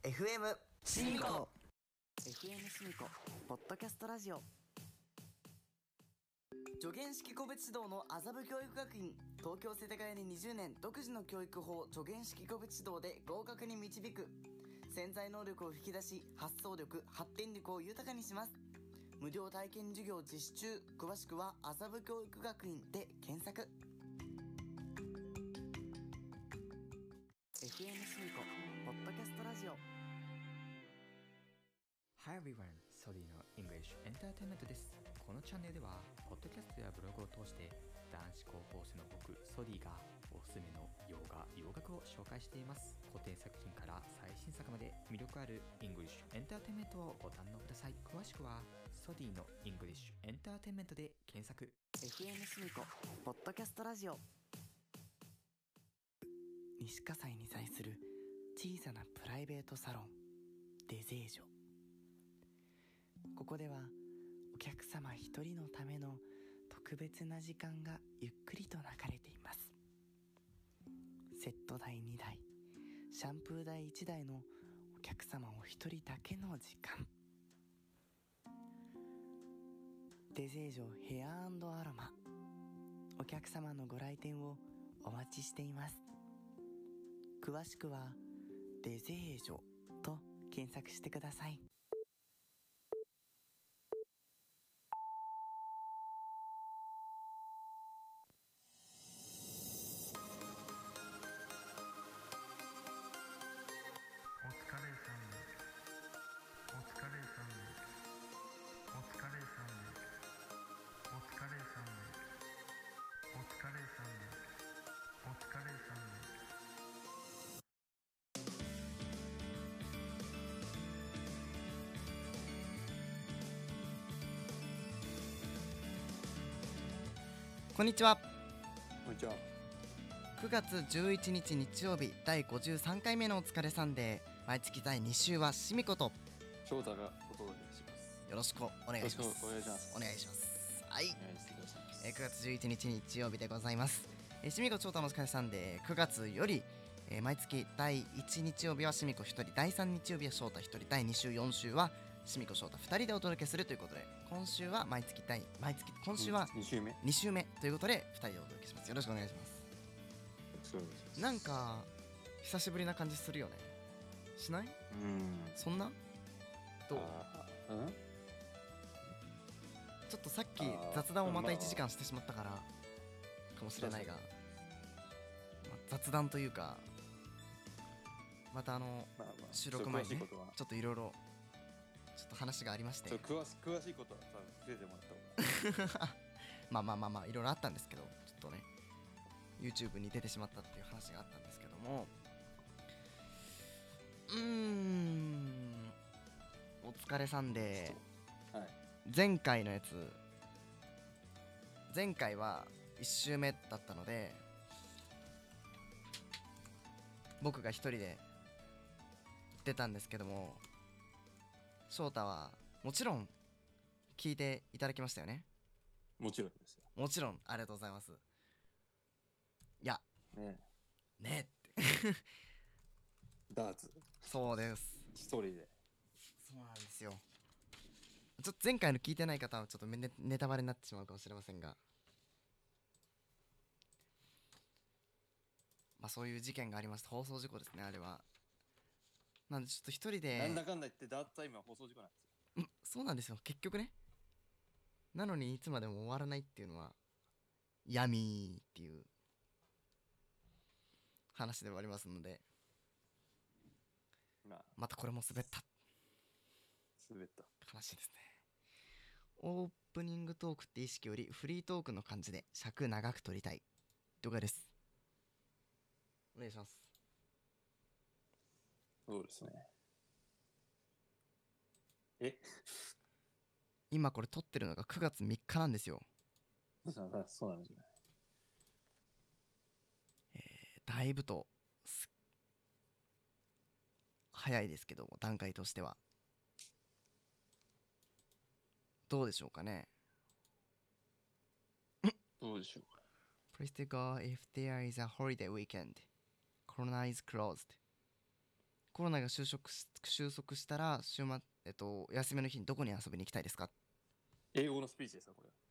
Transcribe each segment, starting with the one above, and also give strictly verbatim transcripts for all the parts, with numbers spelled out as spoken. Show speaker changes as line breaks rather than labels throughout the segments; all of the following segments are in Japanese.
エフエム シミコ
エフエム シミコポッドキャストラジオ。助言式個別指導の麻布教育学院、東京世田谷ににじゅうねん独自の教育法助言式個別指導で合格に導く。潜在能力を引き出し、発想力発展力を豊かにします。無料体験授業実施中。詳しくは麻布教育学院で検索。 エフエム シミコポッドキャストラジオ。
Hi everyone! ソディの English Entertainment です。このチャンネルでは、ポッドキャストやブログを通して、男子高校生の僕、ソディがおすすめの洋画、洋楽を紹介しています。古典作品から最新作まで魅力ある English Entertainment をご堪能ください。詳しくは、ソディの English Entertainment で検索。
エフエム シミコポッドキャストラジオ。西葛西に在する小さなプライベートサロンデゼージョ。ここではお客様一人のための特別な時間がゆっくりと流れています。セット代にだい、シャンプー代いちだいのお客様お一人だけの時間。デゼージョヘア&アロマ、お客様のご来店をお待ちしています。詳しくはデゼージョと検索してください。
お疲れさんです。お疲れさんです。お疲れさんです。お疲れさんです。お疲れさんです。お疲れさんです。
こんにちは。
こんにちは。
くがつじゅういちにち日曜日、だいごじゅうさんかいめのお疲れサンデー。毎月だいに週はシミコと
翔太がお届けします。
よろしくお願いします。
よろしくお願いします。
お願いします。はい、
お願いします。
えー、くがつじゅういちにち日曜日でございます。えー、シミコ翔太のお疲れサンデー、くがつより、えー、毎月だいいち日曜日はシミコひとり、だいさん日曜日は翔太ひとり、だいに週よん週はシミコ翔太ふたりでお届けするということで、今週は毎月第毎月今週は
に週目
に週目ということでふたりでお届けします。よろしくお願いします。なんか久しぶりな感じするよね。しない？
うん。
そんな？どう？
うん？
ちょっとさっき雑談をまたいちじかんしてしまったからかもしれないが、まあ、雑談というかまたあの、まあまあ、収録前にねちょっといろいろちょっと話がありまして、
詳し詳しいことは多分出てもらった方が
まあまあまあまあいろいろあったんですけど、ちょっとね YouTube に出てしまったっていう話があったんですけども、うーんお疲れさんで、
はい、
前回のやつ前回はいち週目だったので僕が一人で出たんですけども、翔太はもちろん聞いていただきましたよね。
もちろんですよ。
もちろん、ありがとうございます。いや
ね
えねえって
ダーツ
そうです。
一人で。
そうなんですよ。ちょっと前回の聞いてない方はちょっと ネ, ネタバレになってしまうかもしれませんが、まあそういう事件がありました。放送事故ですね、あれは。なんでちょっと一人で、
なんだかんだ言ってダーツタイムは放送事故なんですよ。
うん、そうなんですよ、結局ね。なのにいつまでも終わらないっていうのは闇っていう話ではありますので、
まあ、
またこれも滑った
滑った
悲しいですね。オープニングトークって意識よりフリートークの感じで尺長く撮りたい動画です。お願いします。
そうですね。え
今これ撮ってるのがくがつみっかなんですよ。
そうなんですね。
えー、だいぶと早いですけども、段階としてはどうでしょうかね。
どうでしょうか。
Please to go if there is a holiday weekend. Corona is closed.
コロナが収束し収束したら週末、えっと、休みの日にどこに遊びに行きたいですか？
英語のスピーチですかこれ。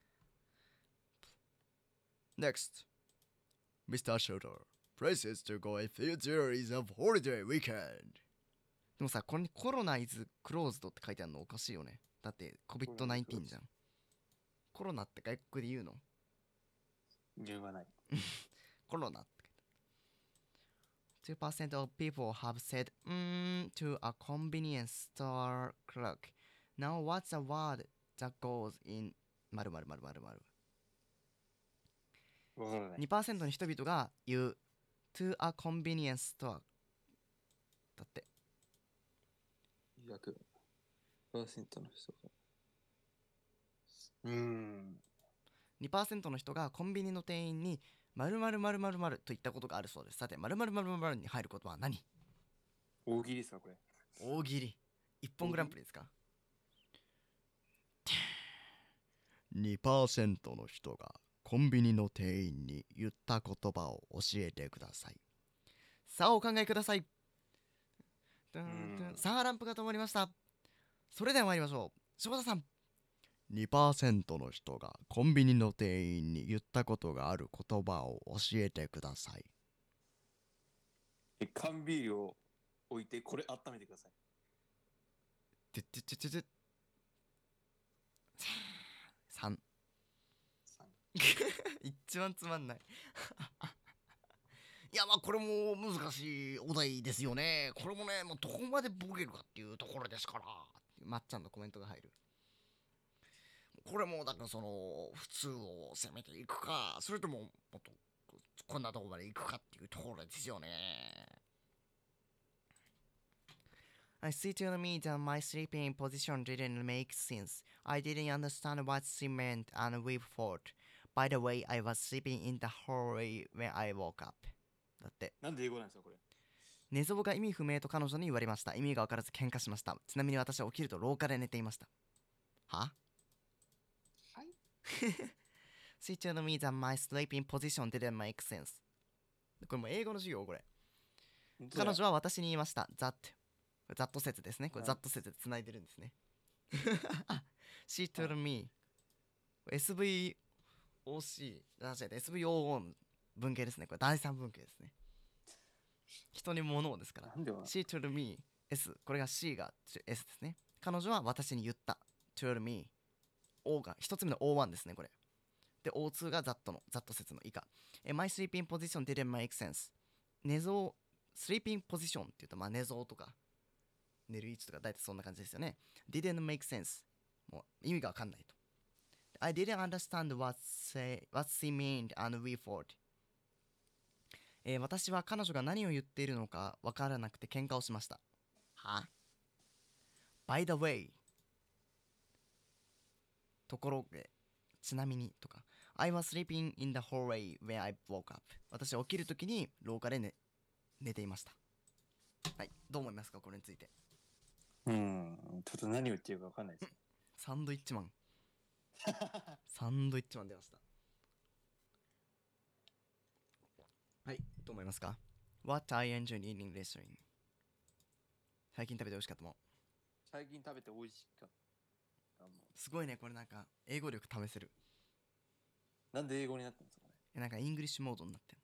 Next, ミスター Shooter, places to go if there is a holiday weekend. でもさ、これにコロナ is closed って書いてあるのおかしいよね。だって コビッドナインティーン じゃん。コロナって外国で言うの？
言わない。
コロナってtwo percent of people have said mm to a convenience store clerk. Now what's a word that goes in 〇〇〇〇〇
わからない。
にパーセントの人々が言う to a convenience store だって。
約パーセントの人が。うーん。
にパーセントの人がコンビニの店員に〇〇〇〇〇と言ったことがあるそうです。さて、〇〇〇〇に入ることは何？
大喜利ですかこれ。
大喜利。一本グランプリですか？にパーセントの人がコンビニの店員に言った言葉を教えてください。さあお考えください。さあランプが灯りました。それでは参りましょう。柴田さん。にパーセントの人がコンビニの店員に言ったことがある言葉を教えてください。
え缶ビールを置いてこれ温めてください。
てってってってってさん一番つまんないいやまあこれも難しいお題ですよね。これもねもうどこまでボケるかっていうところですからまっちゃんのコメントが入る。これもだからその普通を攻めていくかそれとももっとこんなとこまでいくかっていうところですよね。I see to me that my sleeping position didn't make sense. I didn't understand what she meant and we fought. By the way, I was sleeping in the hallway when I woke up. だって。
なんで英語なんですかこれ。
寝相が意味不明と彼女に言われました。意味が分からず喧嘩しました。ちなみに私は起きると廊下で寝ていました。はShe told me that my sleeping position didn't make sense. これも英語の授業これ。彼女は私に言いました。That ざっと説ですね。これざっと説でつないでるんですね。She told meエスブイオーシー あ、違う エスブイオーオー 文系ですね。これ第三文系ですね。人に物をですから。
なんでは
She told me S これが C が S ですね。彼女は私に言った。told me O が一つ目の オーワン ですねこれ。で オーツー が That の That 説の以下。え My sleeping position didn't make sense。寝相 sleeping position って言うとまあ寝相とか寝る位置とか大体そんな感じですよね。didn't make sense もう意味がわかんないと。I didn't understand what she, what she meant and we fought。えー、私は彼女が何を言っているのかわからなくて喧嘩をしました。は By the wayところでちなみにとか I was sleeping in the hallway when I woke up。 私は起きるときに廊下で、ね、寝ていました。はい、どう思いますかこれについて。
うーんちょっと何を言ってるか分かんないです。
サンドイッチマンサンドイッチマン出ました。はい、どう思いますか。 What I enjoy eating wrestling。 最近食べて美味しかったもん。
最近食べて美味しかった
すごいねこれなんか英語力試せる。
なんで英語になったんですかね。
えなんかイングリッシュモードになってんの。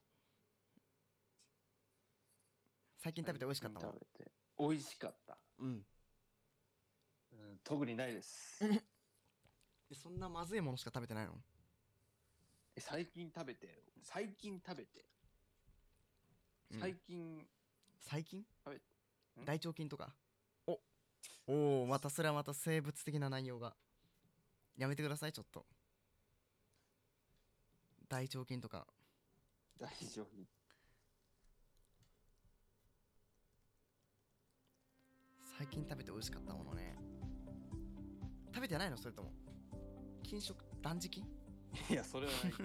最近食べて美味しかったもん。
食べて美味しかった
うん、うん、
特にないです
そんなまずいものしか食べてないの。
え最近食べて最近食べて最近、うん、
最近
食べ
大腸菌とか。おおおまたそれはまた生物的な内容がやめてくださいちょっと。大腸菌とか
大丈夫。
最近食べて美味しかったものね。食べてないのそれとも禁食断食。
いやそれはない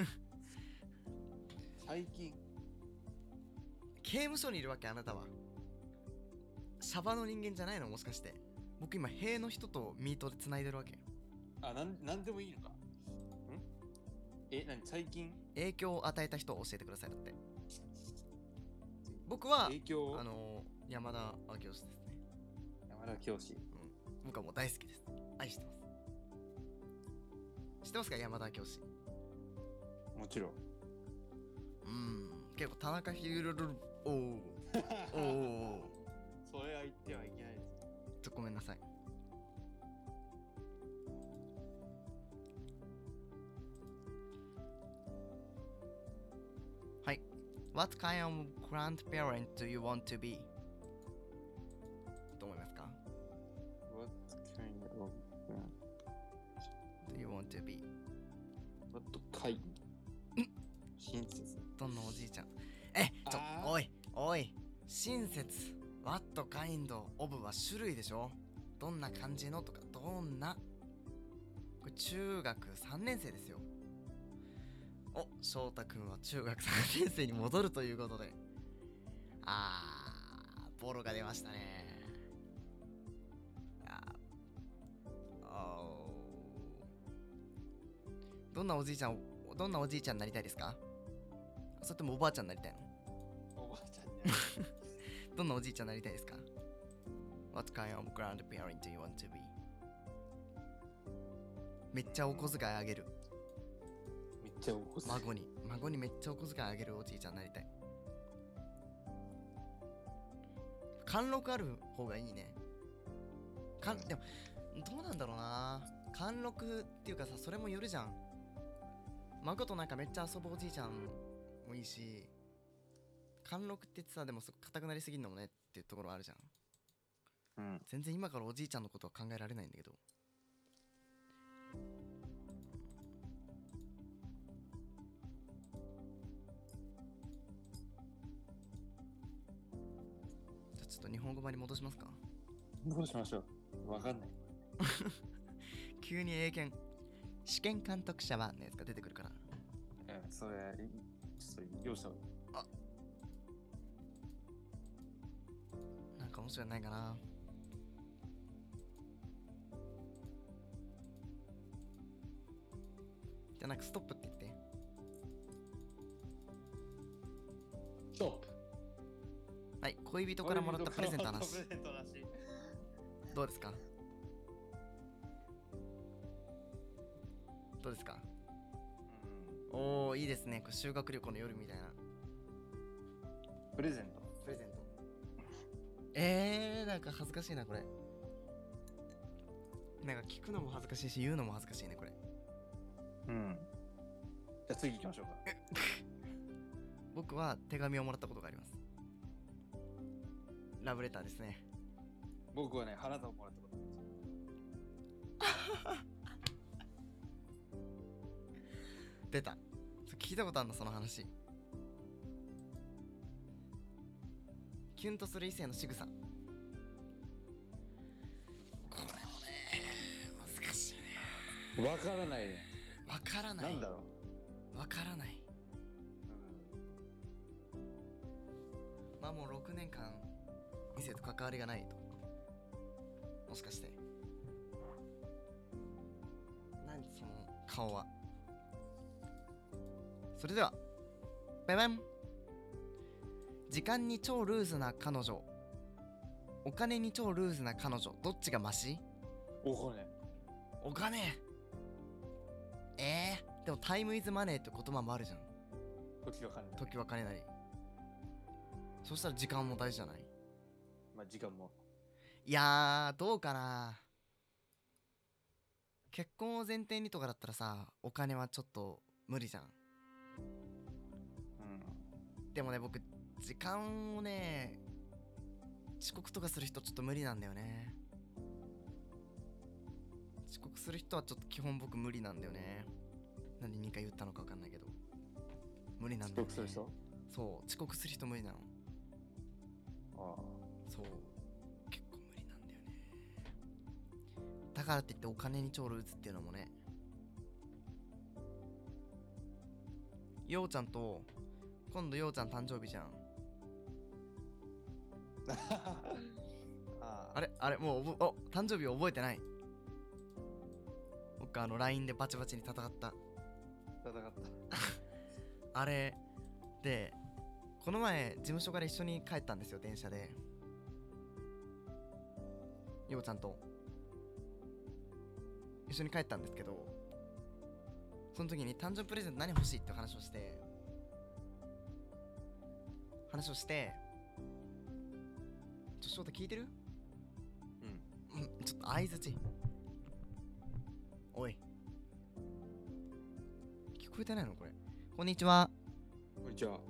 最近
刑務所にいるわけあなたは。シャバの人間じゃないのもしかして。僕今塀の人とミートでつないでるわけ。
あなんなんでもいいのか。んえ何最近
影響を与えた人を教えてくださいだって。僕は
影響
あの山田田教師ですね。
山田教師。
うん、僕はもう大好きです。愛してます。知ってますか、山田教師。
もちろん。
うん、結構田中ひるるおおおお
それは言ってはいけないです。
ちょっとごめんなさい。はい。What kind of grandparent do you want to be? どう思いますか？
What kind of
Do you want to be?
What kind? 親切。
どんなおじいちゃん。え、ちょ
あ、ー
おいおい親切 What kind of は種類でしょ。どんな感じのとか、どんな、これ中学さんねん生ですよ。お、翔太くんは中学さんねん生に戻るということで、あーボロが出ましたね。あおーどんなおじいちゃんどんなおじいちゃんになりたいですか？それともおばあちゃんになりたいの？
おばあちゃんね。
どんなおじいちゃんになりたいですか？ What kind of grandparent do you want to be? めっちゃお小遣いあげる。
めっちゃおこす。
孫に孫にめっちゃお小遣いあげるおじいちゃんになりたい。貫禄ある方がいいね。かんでもどうなんだろうな。貫禄っていうかさ、それもよるじゃん。孫となんかめっちゃ遊ぶおじいちゃんもいいし、貫禄って言ってさ、でもすごく硬くなりすぎんのもねっていうところあるじゃん。
うん。
全然今からおじいちゃんのことは考えられないんだけど。じゃあちょっと日本語版に戻しますか。
どうしましょう。わかんない。
急に英検試験監督者はのやつが出てくるから。
え、それ、ちょっと用意した方がいい。
なんか面白いのないかな。じゃあなんかストップって言って。
ストップ。
はい、恋人からもらったプレゼントの話。
プレゼントなし。
どうですか？どうですか？
うん。
おー、いいですね。これ修学旅行の夜みたいな。
プレゼント。
プレゼント。えー、なんか恥ずかしいな、これ。なんか聞くのも恥ずかしいし、言うのも恥ずかしいね、これ。
うん。じゃあ次行きましょうか。
僕は手紙をもらったことがあります。ラブレターですね。
僕はね、花束をもらったことあります。
出た。聞いたことあるの、その話。キュンとする異性の仕草。これもね、難しいね。
わからないね。
わからない。
なんだろ
わからない。
う。
まあもうろくねんかん異性と関わりがないと。もしかして。何その顔は。それではバイバイ。時間に超ルーズな彼女、お金に超ルーズな彼女、どっちがマシ？
お金。
お金。えー、でもタイムイズマネーって言葉もあるじゃん。
時は金だ。
時は金なり。そしたら時間も大事じゃない？
まあ時間も。
いやー、どうかな。結婚を前提にとかだったらさ、お金はちょっと無理じゃん。
うん。
でもね、僕時間をね、遅刻とかする人ちょっと無理なんだよね。遅刻する人はちょっと基本僕無理なんだよね。なんでにかい言ったのか分かんないけど、無理なんだよね。
遅刻する人？
そう、遅刻する人無理なの。
ああ。
そう、結構無理なんだよね。だからって言ってお金に超ルーズっていうのもね。ようちゃんと今度ようちゃん誕生日じゃん。
あ
あれあれもうおぼお誕生日覚えてない。僕あの ライン でバチバチに戦った
戦った
あれで、この前事務所から一緒に帰ったんですよ、電車で。 ようちゃんと一緒に帰ったんですけど、その時に誕生日プレゼント何欲しいって話をして話をしてちょっと翔太聞いてる？うん、ちょっと相づち。おい聞こえてないのこれ。こんにちは。
こんにちは。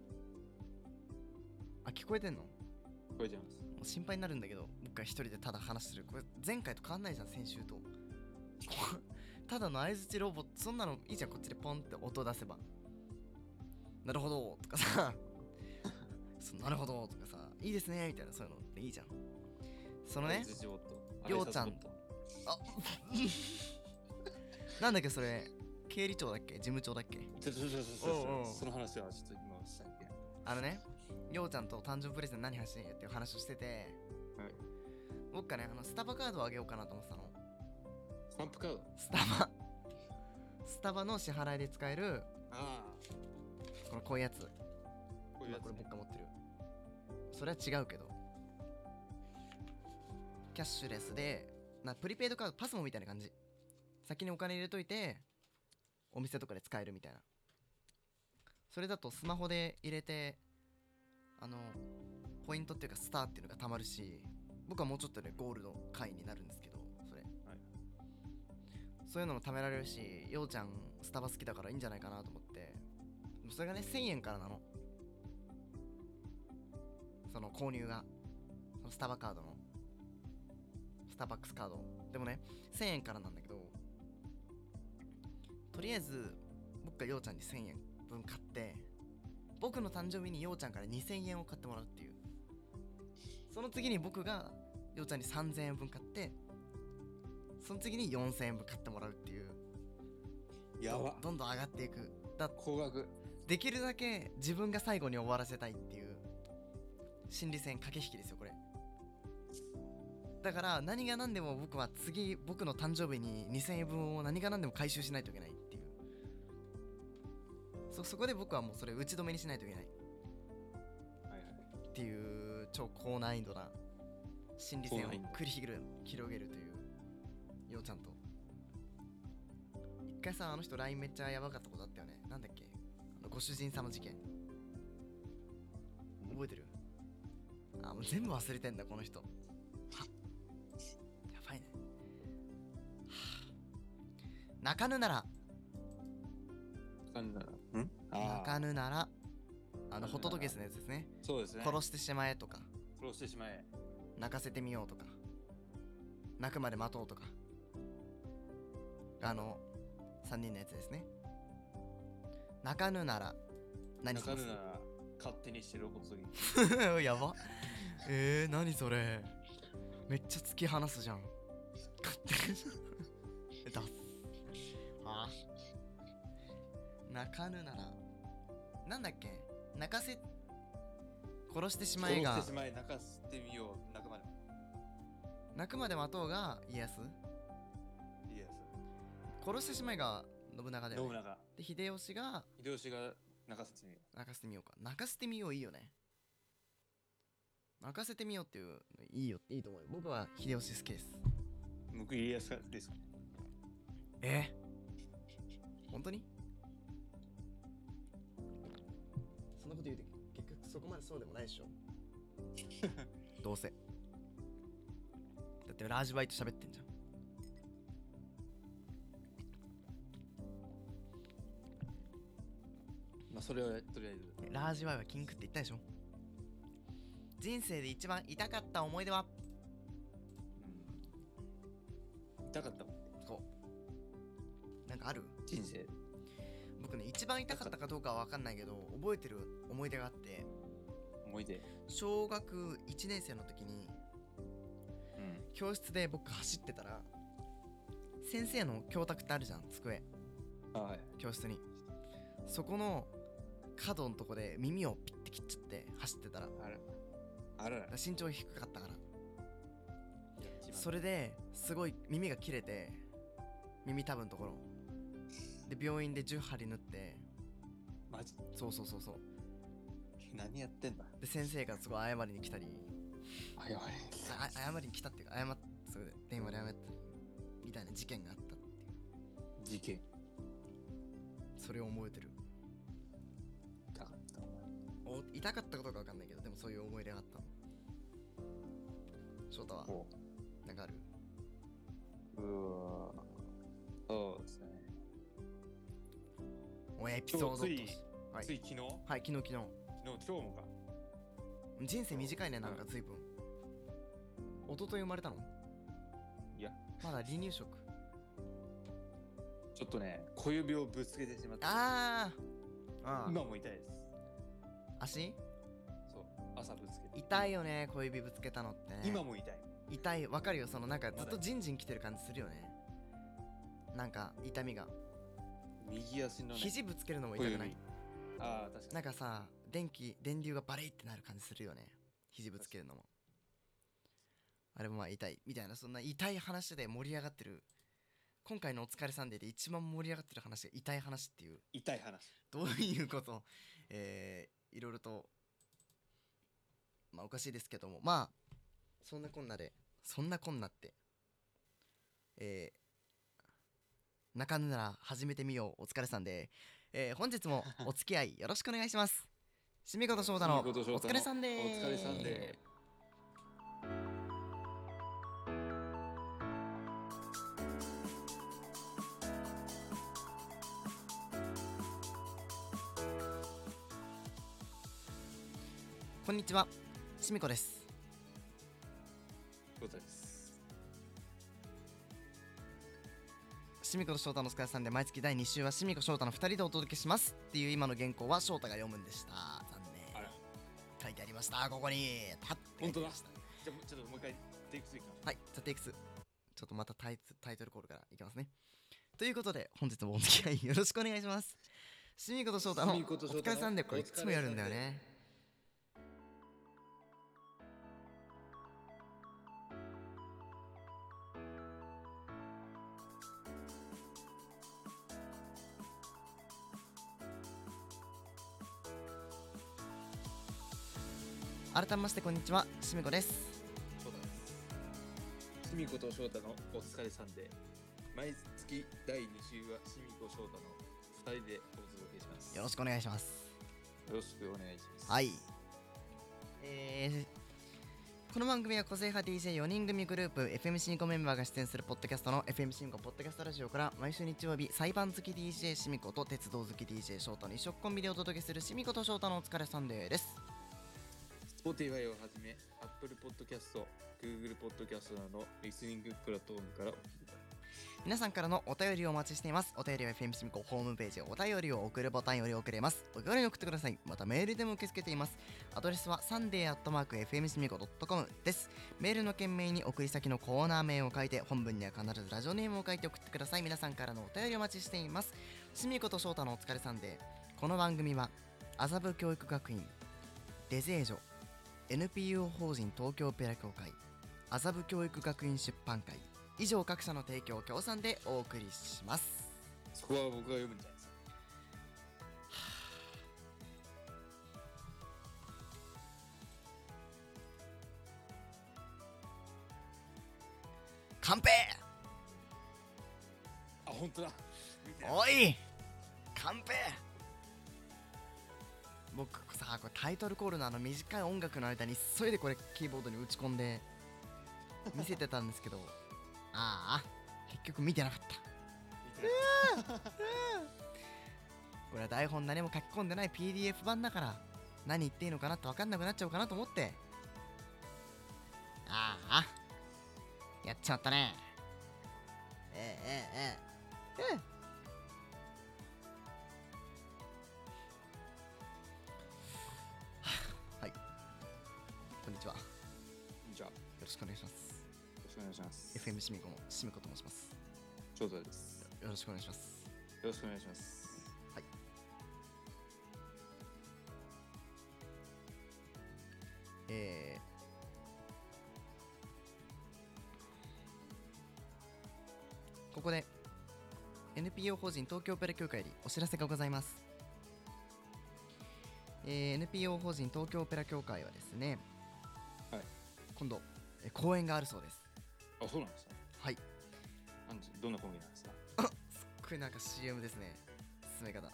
あ、聞こえてんの？
これじゃん。
もう心配になるんだけど、僕が一人でただ話してる。これ前回と変わんないじゃん、先週と。ただの相づちロボット、そんなのいいじゃん、こっちでポンって音出せば。なるほどとかさそうなるほどとかさ、いいですねみたいな、そういうのっていいじゃん。そのね、ようちゃん、あなんだっけそれ、経理長だっけ事務長だっけ。
ちょちょちょちょちょその話はちょっと今したっけ。
あのね、ようちゃんと誕生日プレゼント何欲しいっていう話をしてて、はい、僕がね、あのスタバカードをあげようかなと思ってたの。
スタンプカード？
スタバスタバの支払いで使える、
ああ
このこういうやつ。
こういうやつ、ね、
これ僕が持ってる。それは違うけど、キャッシュレスでな、プリペイドカード、パスモみたいな感じ。先にお金入れといてお店とかで使えるみたいな。それだとスマホで入れて、あのポイントっていうかスターっていうのがたまるし、僕はもうちょっとでゴールド会員になるんですけど、それ、はい、そういうのも貯められるし、ようちゃんスタバ好きだからいいんじゃないかなと思って。それがねせんえんからなの、その購入が。そのスタバカードのスターバックスカードでもねせんえんからなんだけど、とりあえず僕がようちゃんにせんえんぶん買って、僕の誕生日にようちゃんからにせんえんを買ってもらうっていう。その次に僕がようちゃんにさんぜんえんぶん買って、その次によんせんえんぶん買ってもらうっていう。
やば、
どんどん上がっていく。だ
高額。
できるだけ自分が最後に終わらせたいっていう心理戦、駆け引きですよこれ。だから何が何でも僕は次、僕の誕生日ににせんえんぶんを何が何でも回収しないといけないっていう。 そ, そこで僕はもうそれ打ち止めにしないといけない、はいはい、っていう超高難易度な心理戦を繰り広げる広げるというようちゃんと。一回さ、あの人 ライン めっちゃやばかったことあったよね。なんだっけ、あのご主人様事件覚えてる？あ、もう全部忘れてんだこの人。はやばいね。泣かぬなら
泣かぬならん
泣かぬなら、あのホトトゲスのやつですね。
そうですね。
殺してしまえとか、
殺してしまえ、
泣かせてみようとか、泣くまで待とうとか、あのさんにんのやつですね。泣かぬなら何します？
泣かぬなら勝手にしてる細
ぎやば。えー、何それ、めっちゃ突き放すじゃん。勝手にえだはあ、泣かぬならなんだっけ、泣かせ殺してしまえが
殺してしまえ、泣かせてみよう、泣くまで
泣くまで待とうが家康、
家康、
殺してしまえが信長だよね。
信長
で秀吉が
秀吉が泣かせてみよう。
泣かせてみようか。泣かせてみよういいよね。泣かせてみようっていういいよ、いいと思うよ。僕は秀吉好きです。
僕家康です。
え本当にそんなこと言うて結局そこまでそうでもないでしょどうせだってラージバイト喋ってんじゃん。
まあそれはとりあえず
ラージバイはキンクって言ったでしょ。人生で一番痛かった思い出は、
うん、痛かったもん。
そうなんかある？
人生
僕ね、一番痛かったかどうかは分かんないけど覚えてる思い出があって、
思い出、
小学いちねん生の時に、うん、教室で僕走ってたら先生の教託ってあるじゃん、机、
はい、
教室にそこの角のとこで耳をピッて切っちゃって走ってたら、
あらあらら
身長低かったから、それですごい耳が切れて、耳たぶんところで病院でじゅう針縫って、
マジ？
そうそうそうそう、
何やってんだ。
で先生がすごい謝りに来たり
謝れ。
あ謝りに来たっていうか、謝っそれで電話で謝ったみたいな事件があったっていう、
事件。
それを覚えてる。
痛かった。
お痛かったことかわかんないけど、でもそういう思い出があったの。翔太は
ほ
なんかある？
う。うわ。そうですね。
おエピソードと
つい
しはい
つい昨日、
はい昨日昨日
昨日今日もか。
人生短いね、なんか随分。一昨日生まれたの？
いや、
まだ離乳食。
ちょっとね、小指をぶつけてしまって、
あーあー
今も痛いです。
足
そう、朝ぶつけて。
痛いよね、小指ぶつけたのってね。
今も痛い。
痛い、わかるよ、そのなんかずっ
まだ
とジンジン来てる感じするよね。なんか痛みが。
右足のね、
肘ぶつけるのも痛
小指。
くない？
ああ、確かに。
なんかさ、電気、電流がバリーってなる感じするよね。肘ぶつけるのも。あれもまあ痛い。みたいな、そんな痛い話で盛り上がってる。今回のお疲れサンデーで一番盛り上がってる話が痛い話っていう。
痛い話。
どういうことえー、いろいろと、まあおかしいですけども、まあ、そんなこんなで、そんなこんなって、えー、泣かぬなら始めてみよう、お疲れさんで、えー、本日もお付き合いよろしくお願いします。しみこと翔太のお
しみこと翔太の
疲れさんでー
お疲れさんで
こんにちは、しみこです。
翔太です。
しみこと翔太のお疲れさんで、毎月だいに週はしみこ翔太のふたりでお届けしますっていう今の原稿は翔太が読むんでした。残念。
あら、
書いてありました、ここに。パッて書いてありました。
じゃあ、ちょっともう一回、テイクスリーいきましょう。
はい、じゃあテイクス。ちょっとまたタイツタイトルコールからいきますね。ということで、本日もお付き合いよろしくお願いします。しみこと翔太のお
しみこと翔太の
疲れさんで、これいつもやるんだよね。改めましてこんにちは、しみこです。
翔太です。しみこと翔太のお疲れさんで、毎月だいに週はしみこ翔太のふたりでお届けします。
よろしくお願いします。
よろしくお願いします。
はい。えー、この番組は個性派 ディージェーよにん組グループ エフエム シンコメンバーが出演するポッドキャストの エフエム シンコポッドキャストラジオから毎週日曜日、裁判好き ディージェー しみこと鉄道好き ディージェー 翔太の一色コンビでお届けするしみこと翔太のお疲れサンデーです。
Spotify をはじめ Apple Podcast、Google Podcast などのリスニングプラットフォームからお聞きください。
皆さんからのお便りをお待ちしています。お便りは エフエム シミコホームページお便りを送るボタンより送れます。お気軽に送ってください。またメールでも受け付けています。アドレスは サンデーアットマークエフエムシミコドットコム です。メールの件名に送り先のコーナー名を書いて、本文には必ずラジオネームを書いて送ってください。皆さんからのお便りお待ちしています。しみこと翔太のお疲れサンデー。この番組は麻布教育学院、デゼージョ、エヌピーオー 法人東京オペラ協会、麻布教育学院出版会、以上各社の提供協賛でお送りします。
そこは僕が読むんじゃないですか。
カンペ
あ、本当だ。見て。
おいカンペ僕さ、これタイトルコールのあの短い音楽の間に急いでこれキーボードに打ち込んで見せてたんですけどああ結局見てなかった。
見てない。
これは台本何も書き込んでない ピーディーエフ 版だから、何言っていいのかなって分かんなくなっちゃうかなと思って、ああやっちまったね。ええええええはい、こんにちは。よ
じゃあ、よ
ろしくお願いします。
ろしくお願いします。
エフエム シミコのシミコと申します。
翔太です。
よろしくお願いします。
よろしくお願いします。
はい。えー、ここで エヌピーオー 法人東京オペラ協会よりお知らせがございます。えー、エヌピーオー 法人東京オペラ協会はですね、
はい、
今度、えー公演があるそうです。
あ、そうなんですね。
はい。
なんでどんなコンビなんですか？
すっごいなんか シーエム ですね、進め方。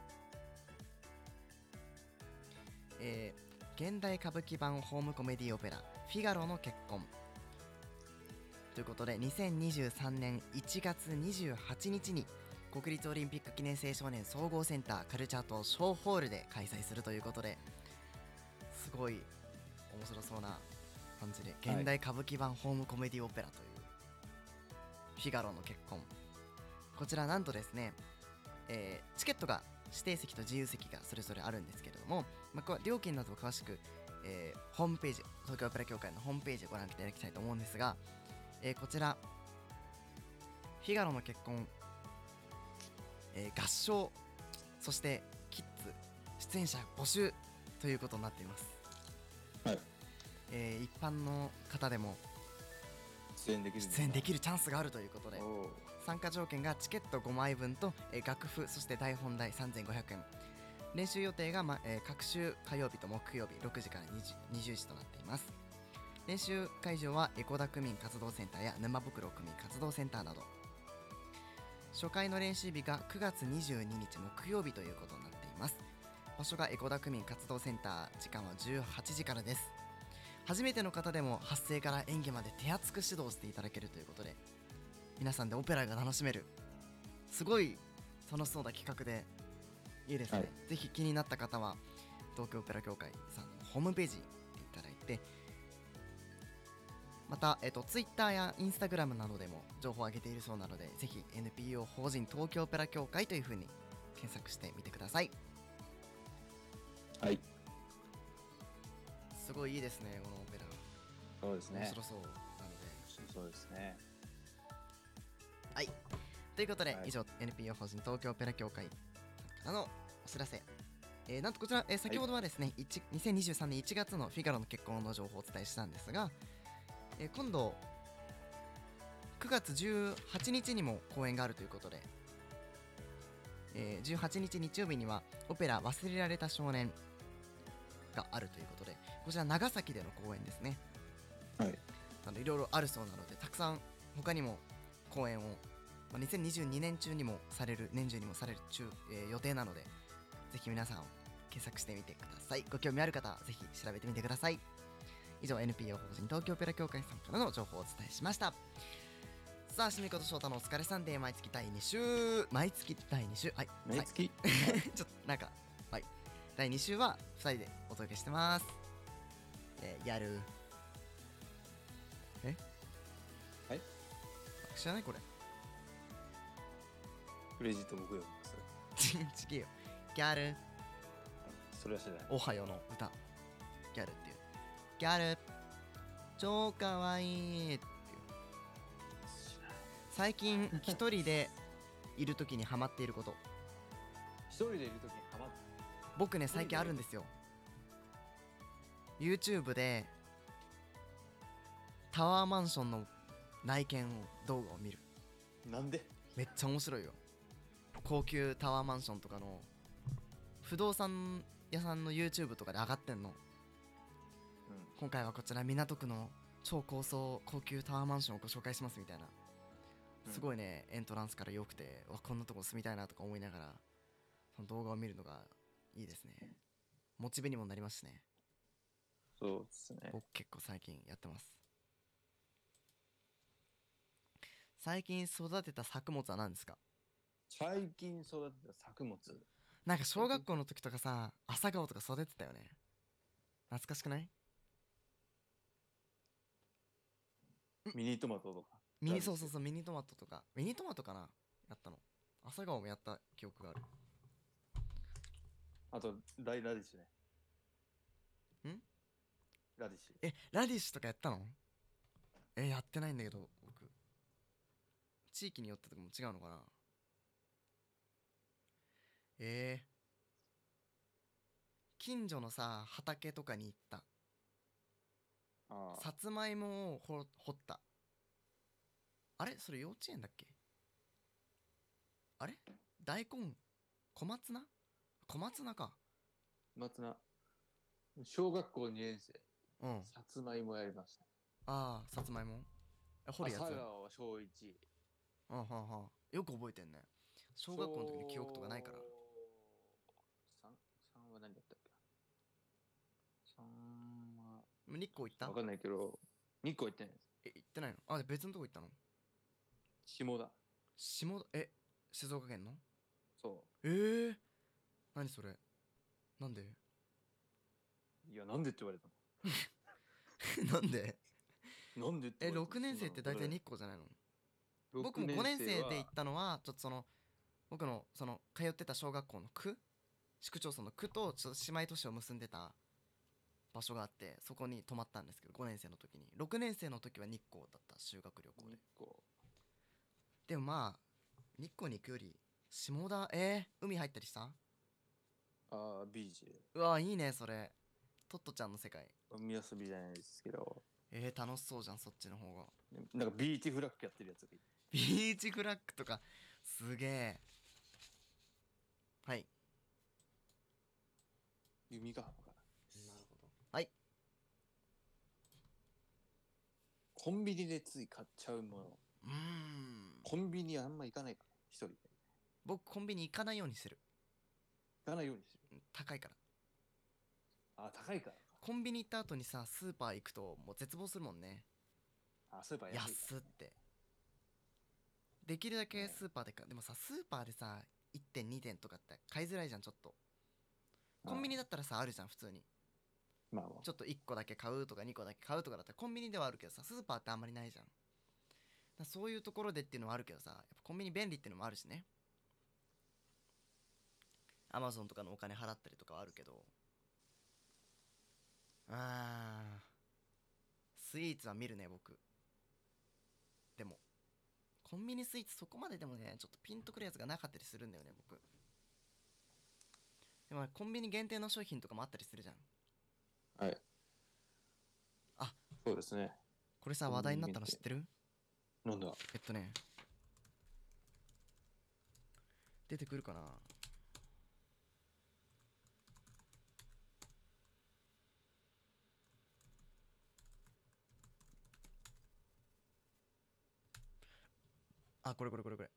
えー、現代歌舞伎版ホームコメディオペラ「フィガロの結婚」ということで、にせんにじゅうさんねんいちがつにじゅうはちにちに国立オリンピック記念青少年総合センターカルチャー棟小ホールで開催するということで、すごい面白そうな感じで、現代歌舞伎版ホームコメディオペラという「フィガロの結婚」、こちらなんとですね、えーチケットが指定席と自由席がそれぞれあるんですけれども、まあ、これは料金などを詳しく、えーホームページ、東京オペラ協会のホームページをご覧いただきたいと思うんですが、えーこちらフィガロの結婚、えー合唱、そしてキッズ出演者募集ということになっています。
はい。
えー一般の方でも
出演できるんですか？
出演できるチャンスがあるということで、
おー
参加条件がチケットごまいぶんと、えー楽譜、そして台本代さんぜんごひゃくえん、練習予定が、まえー各週火曜日と木曜日ろくじからにじにじゅうじとなっています。練習会場はエコダ区民活動センターや沼袋区民活動センターなど。初回の練習日がくがつにじゅうににち木曜日ということになっています。場所がエコダ区民活動センター、時間はじゅうはちじからです。初めての方でも発声から演技まで手厚く指導していただけるということで、皆さんでオペラが楽しめる、すごい楽しそうな企画でいいですね、
はい。
ぜひ気になった方は東京オペラ協会さんのホームページに行っていただいて、また、えっと、Twitter や Instagram などでも情報を上げているそうなので、ぜひ エヌピーオー 法人東京オペラ協会というふうに検索してみてください。
はい。
すごいいいですね、このオペラ。
そうですね。
面白そうなので。
そうですね。
ということで、
はい
以上 エヌピーオー 法人東京オペラ協会さんからのお知らせ。えーなんとこちら、えー先ほどはですね、いちにせんにじゅうさんねんいちがつのフィガロの結婚の情報をお伝えしたんですが、えー今度くがつじゅうはちにちにも公演があるということで、えーじゅうはちにち日曜日にはオペラ忘れられた少年があるということで、こちら長崎での公演ですね。
はい。
あのいろいろあるそうなので、たくさん他にも公演を、まあ、にせんにじゅうにねん中にもされる、年中にもされる中、えー予定なので、ぜひ皆さん検索してみてください。ご興味ある方はぜひ調べてみてください。以上 エヌピーオー 法人東京オペラ協会さんからの情報をお伝えしました。さあ、しみこと翔太のお疲れサンデー、毎月だいに週、毎月だいに週、はい、
毎月、
はいちょっとなんか、はい、だいに週はふたりでお届けしてます。えーやるえ
はい、
知らないこれ。
クレジット僕読みます。
ちげえよ。ギャル、
それは知らない。
おはようの歌。ギャルっていう。ギャル、超かわいいっていう。最近一人でいるときにハマっていること。
一人でいるときにハマっ
僕ね、最近あるんですよ。YouTube でタワーマンションの内見を動画を見る。
なんで？
めっちゃ面白いよ。高級タワーマンションとかの不動産屋さんの YouTube とかで上がってんの。
うん。
今回はこちら港区の超高層高級タワーマンションをご紹介しますみたいな。すごいね、エントランスから良くて、わこんなとこ住みたいなとか思いながらその動画を見るのがいいですね。モチベにもなりますしね。
そうですね。
僕結構最近やってます。最近育てた作物は何ですか？
最近育てた作物。
なんか小学校の時とかさ、朝顔とか育ててたよね。懐かしくない？
ミニトマトとか。
ミニ、そうそうそう、ミニトマトとか。ミニトマトかな、やったの。朝顔もやった記憶がある。
あと、ライラディッシュね。
ん
ラディッシュ。
え、ラディッシュとかやったの？え、やってないんだけど、僕。地域によってとかも違うのかな。えー、近所のさ、畑とかに行った。
ああ。
さつまいもをほ掘った。あれそれ幼稚園だっけ？あれ大根、小松菜小松菜か。
松菜。小学校にねん生。
うん。
さつまいもやりました。
ああ、さつまいもえ掘るやつ。
朝顔は小一。
あはんはんよく覚えてんね。小学校の時に記憶とかないから。
三三は何だったっけ。三は
日光行った
わかんないけど、日光行ってないです。
え、行ってないの？あ、で別のとこ行ったの？
下田。
下田、え、静岡県の？
そ
えー、何それ？なんで？
う。いや、なんでって言われた
なんで？
の？なんでって
え、
言われたの？
ろくねん生って大体日光じゃないの？僕もごねん生で行ったのはちょっとその僕のその通ってた小学校の区市区町村の区とちょっと姉妹都市を結んでた場所があって、そこに泊まったんですけど、ごねん生の時に。ろくねん生の時は日光だった、修学旅行で。
日光。
でもまあ日光に行くより下田、えー、海入ったりした？
ああ、ビーチで。
うわいいねそれ。トットちゃんの世界。
海遊びじゃないですけど、
えー、楽しそうじゃんそっちの方が。
なんかビーチフラッグやってるやつがいて。
ビーチフラッグとかすげえ。はい、
弓ヶ浜かな。
なるほど。はい。
コンビニでつい買っちゃうもの。
うーん
コンビニあんま行かないから、一人で。
僕コンビニ行かないようにしてる。
行かないようにしてる。
高いから。
あ、高いからか。
コンビニ行った後にさスーパー行くともう絶望するもんね。
あ、スーパー安いからね。
安ってできるだけスーパーでか、でもさスーパーでさいってんにてんとかって買いづらいじゃんちょっと。コンビニだったらさあるじゃん普通に。
まあまあ。
ちょっといっこだけ買うとかにこだけ買うとかだったらコンビニではあるけどさ、スーパーってあんまりないじゃん。だからそういうところでっていうのはあるけどさ、やっぱコンビニ便利っていうのもあるしね。アマゾンとかのお金払ったりとかはあるけど、あースイーツは見るね僕。でもコンビニスイーツそこまででもねちょっとピンとくるやつがなかったりするんだよね僕。でもコンビニ限定の商品とかもあったりするじゃん。
はい。
あ、
そうですね。
これさ話題になったの知ってる？
なんだ。
えっとね出てくるかな。あ、これこれこれこれ。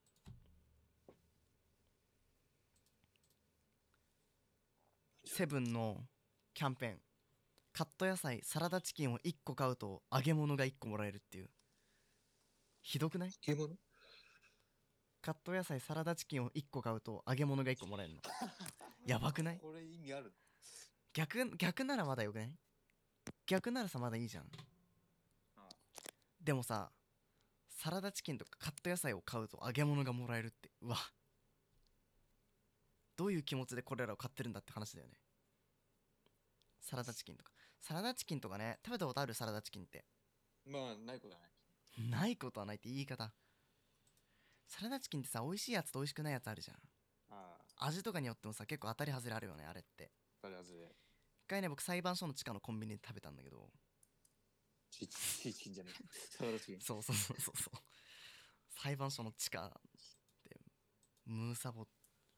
セブンのキャンペーン、カット野菜サラダチキンをいっこ買うと揚げ物がいっこもらえるっていう。ひどくない？
揚げ物？
カット野菜サラダチキンをいっこ買うと揚げ物がいっこもらえるの。やばくない？
これ意味ある？
逆逆ならまだよくない？逆ならさまだいいじゃん。でもさサラダチキンとかカット野菜を買うと揚げ物がもらえるって、うわどういう気持ちでこれらを買ってるんだって話だよね。サラダチキンとかサラダチキンとかね、食べたことある？サラダチキンって。
まあ、ないことはない。
ないことはないって言い方。サラダチキンってさ美味しいやつと美味しくないやつあるじゃん。
ああ、
味とかによってもさ結構当たり外れあるよねあれって。
あれはずれ。
一回ね僕裁判所の地下のコンビニで食べたんだけど、
チチキンじゃねえ。サラダチキン。
そうそうそうそうそう裁判所の地下でムーサボ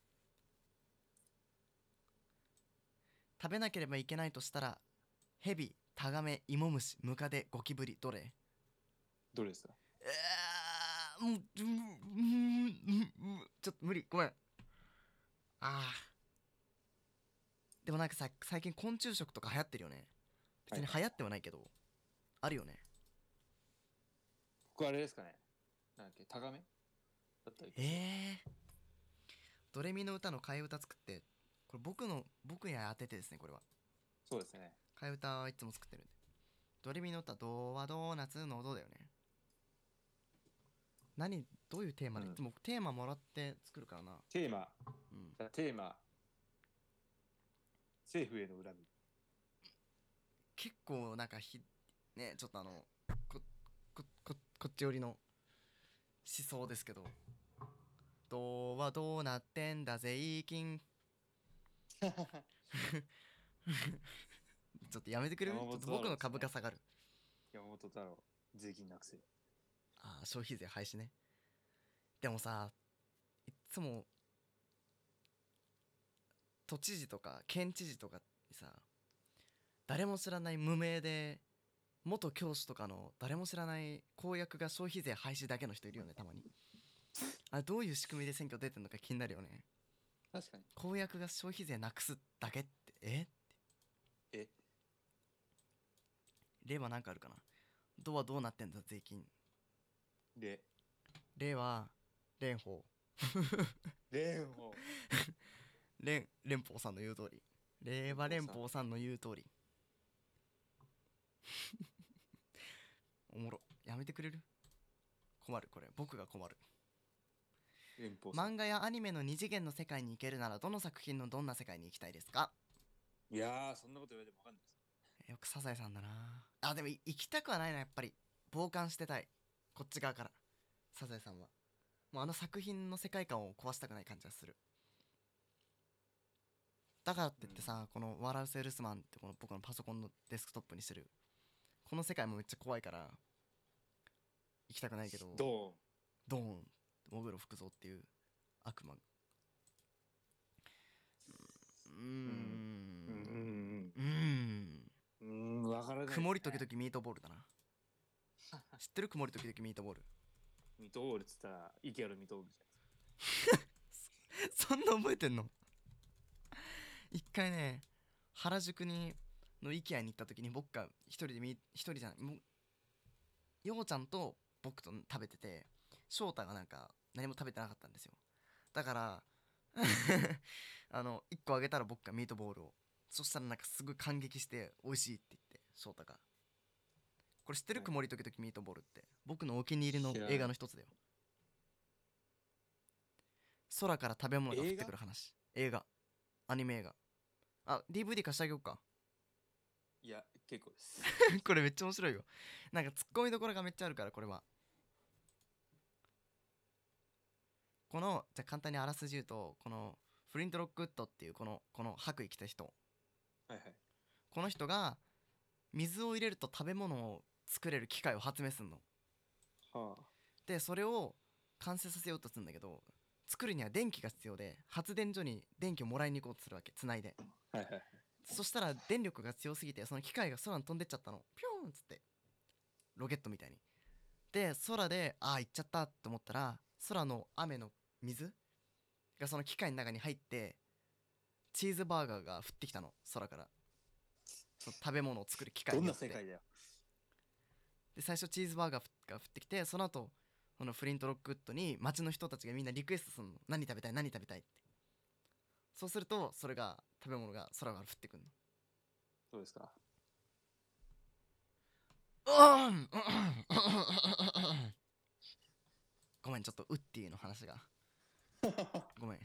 食べなければいけないとしたらヘビ、タガメ、イモムシ、ムカデ、ゴキブリどれ？
どれですか？
えー、もううんうんうんちょっと無理ごめん。ああでもなんかさ最近昆虫食とか流行ってるよね。別に流行ってはないけど、あるよね。
僕あれですかね。なんだっけ、タガメだったり。
えー、ドレミの歌の替え歌作って、これ僕の僕に当ててですね。これは
そうですね。
替え歌はいつも作ってるんで。ドレミの歌ドはドーナツのドだよね。何どういうテーマで、
うん
いつもテーマもらって作るからな。
テーマ。
うん
じゃあテーマ。政府への恨み。
結構なんかひねちょっとあのここここっち寄りの思想ですけど、どうはどうなってんだ税金ちょっとやめてくれる？ちょ
山本
っと僕の株が下がる。
山本太郎、税金なくせ。
ああ消費税廃止ね。でもさいっつも都知事とか県知事とかにさ誰も知らない無名で元教師とかの誰も知らない公約が消費税廃止だけの人いるよね、たまに。あれどういう仕組みで選挙出てんのか気になるよね。
確かに。
公約が消費税なくすだけって、え
え
令和なんかあるかな。どはどうなってんだ税金。
で、
令和蓮舫
蓮舫。
連連邦さんの言う通り、令和連邦さんの言う通りおもろ。やめてくれる？困る、これ僕が困る。
連邦さん。
漫画やアニメの二次元の世界に行けるならどの作品のどんな世界に行きたいですか？
いやー、そんなこと言われてもわかんないです。
よくサザエさんだなあ。でもい行きたくはないな、やっぱり傍観してたい、こっち側から。サザエさんはもうあの作品の世界観を壊したくない感じがする。だからって言ってさ、この「笑うセールスマン」ってこの僕のパソコンのデスクトップにしてるこの世界もめっちゃ怖いから行きたくないけど、
どう
ドーンモグロ福蔵っていう悪魔。うーん
うんうん
うーん
うんうん、わからないですね。
曇り時々ミートボールだな。知ってる？曇り時々ミートボール。
ミトールっつったら、イケアルミトールじゃないですか。
そんな覚えてんの？一回ね、原宿にの IKEA に行った時に僕が一人でみ一人じゃないもうようちゃんと僕と食べてて、翔太がなんか何も食べてなかったんですよ。だからあのいっこあげたら僕がミートボールを、そしたらなんかすごい感激して美味しいって言って翔太が。これ知ってる？
はい
曇り時々ミートボールって僕のお気に入りの
知らない
映画の一つだよ。空から食べ物が降ってくる話。映画アニメ映画。あ ディーブイディー 貸してあげようか。
いや、結構です。
これめっちゃ面白いよ。なんかツッコミどころがめっちゃあるから。これはこのじゃあ簡単にあらすじ言うと、このフリントロックウッドっていうこのこの白衣着た人、
はいはい。
この人が水を入れると食べ物を作れる機械を発明するの
は
で、それを完成させようとするんだけど、作るには電気が必要で発電所に電気をもらいに行こうとするわけ、つないで。
あ。はいはい。
そしたら電力が強すぎてその機械が空に飛んでっちゃったの、ピョーンっつって、ロケットみたいに。で空でああ行っちゃったって思ったら、空の雨の水がその機械の中に入ってチーズバーガーが降ってきたの、空から。その食べ物を作る機械
どん
によって。
な世界だよ。
で最初チーズバーガーが降ってきて、その後このフリントロックウッドに街の人たちがみんなリクエストするの、何食べたい何食べたいって。そうするとそれが食べ物が空から降ってくるの。
そうですか。
うんごめん、ちょっとウッディの話がごめん。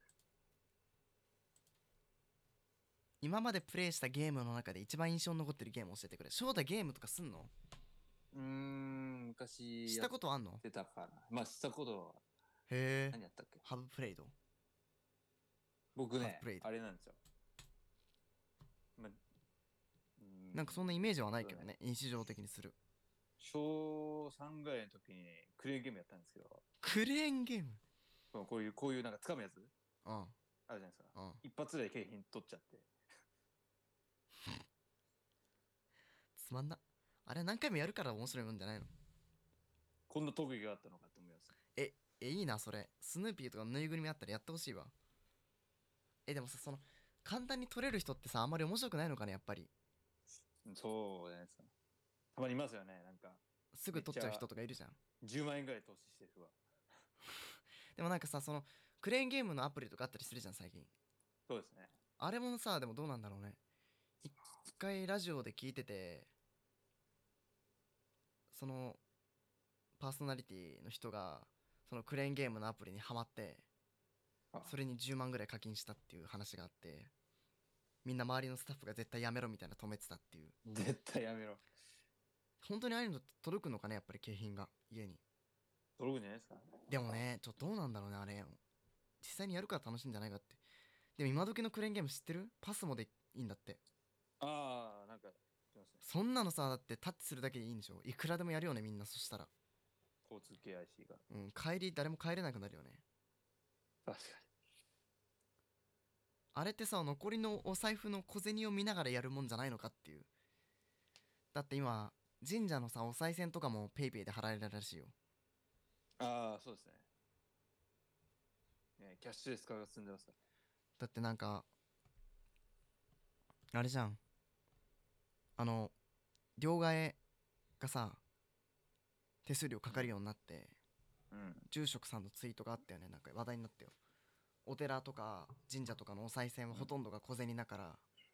今までプレイしたゲームの中で一番印象に残ってるゲーム教えてくれ。翔太ゲームとかすんの？
うーん、昔
したことあんの？
やってたから。まあ、したことは、
へえ。
何やったっけ？
ハブプレイド。
僕ね
Have played、
あれなんですよ。まあ、う
なんかそんなイメージはないけどね、日常的にする。
小さんぐらいの時にクレーンゲームやったんですけど、
クレーンゲーム。
こうこういう、こういうなんか掴むやつ
うん
あるじゃないですか。
うん。
一発で景品取っちゃって。
つまんな。あれ何回もやるから面白いもんじゃないの？
こんな特技があったのかって思います。
え、え、いいなそれ。スヌーピーとかぬいぐるみあったらやってほしいわ。え、でもさ、その簡単に取れる人ってさ、あんまり面白くないのかね、やっぱり。
そうじゃないですか。たまにいますよね。なんか、
すぐ取っちゃう人とかいるじゃん。
じゅうまんえんぐらい投資してる人が。
でもなんかさ、そのクレーンゲームのアプリとかあったりするじゃん、最近。
そうですね。
あれもさ、でもどうなんだろうね。一回ラジオで聞いてて、そのパーソナリティの人がそのクレーンゲームのアプリにハマって、
あ
それにじゅうまんぐらい課金したっていう話があって、みんな周りのスタッフが絶対やめろみたいな止めてたっていう。
絶対やめろ。
本当にああいうの届くのかね、やっぱり景品が家に。
届くんじゃないですか。
でもね、ちょっとどうなんだろうね、あれ。実際にやるから楽しいんじゃないかって。でも今時のクレーンゲーム知ってる？パスモでいいんだって。
ああ、なんか、すいません。
そんなのさ、だってタッチするだけでいいんでしょ。いくらでもやるよね、みんな。そしたら
交通系 アイシー が。
うん、帰り誰も帰れなくなるよね。
確か
あれってさ、残りのお財布の小銭を見ながらやるもんじゃないのかっていう。だって今神社のさお賽銭とかもペイペイで払えるらしいよ。
ああ、そうですね。ね、キャッシュレス化が進んでますか
だってなんかあれじゃん、あの両替がさ手数料かかるようになって、
ら。うん。
住職さんのツイートがあったよね。なんか話題になったよ。お寺とか神社とかのお賽銭はほとんどが小銭だから、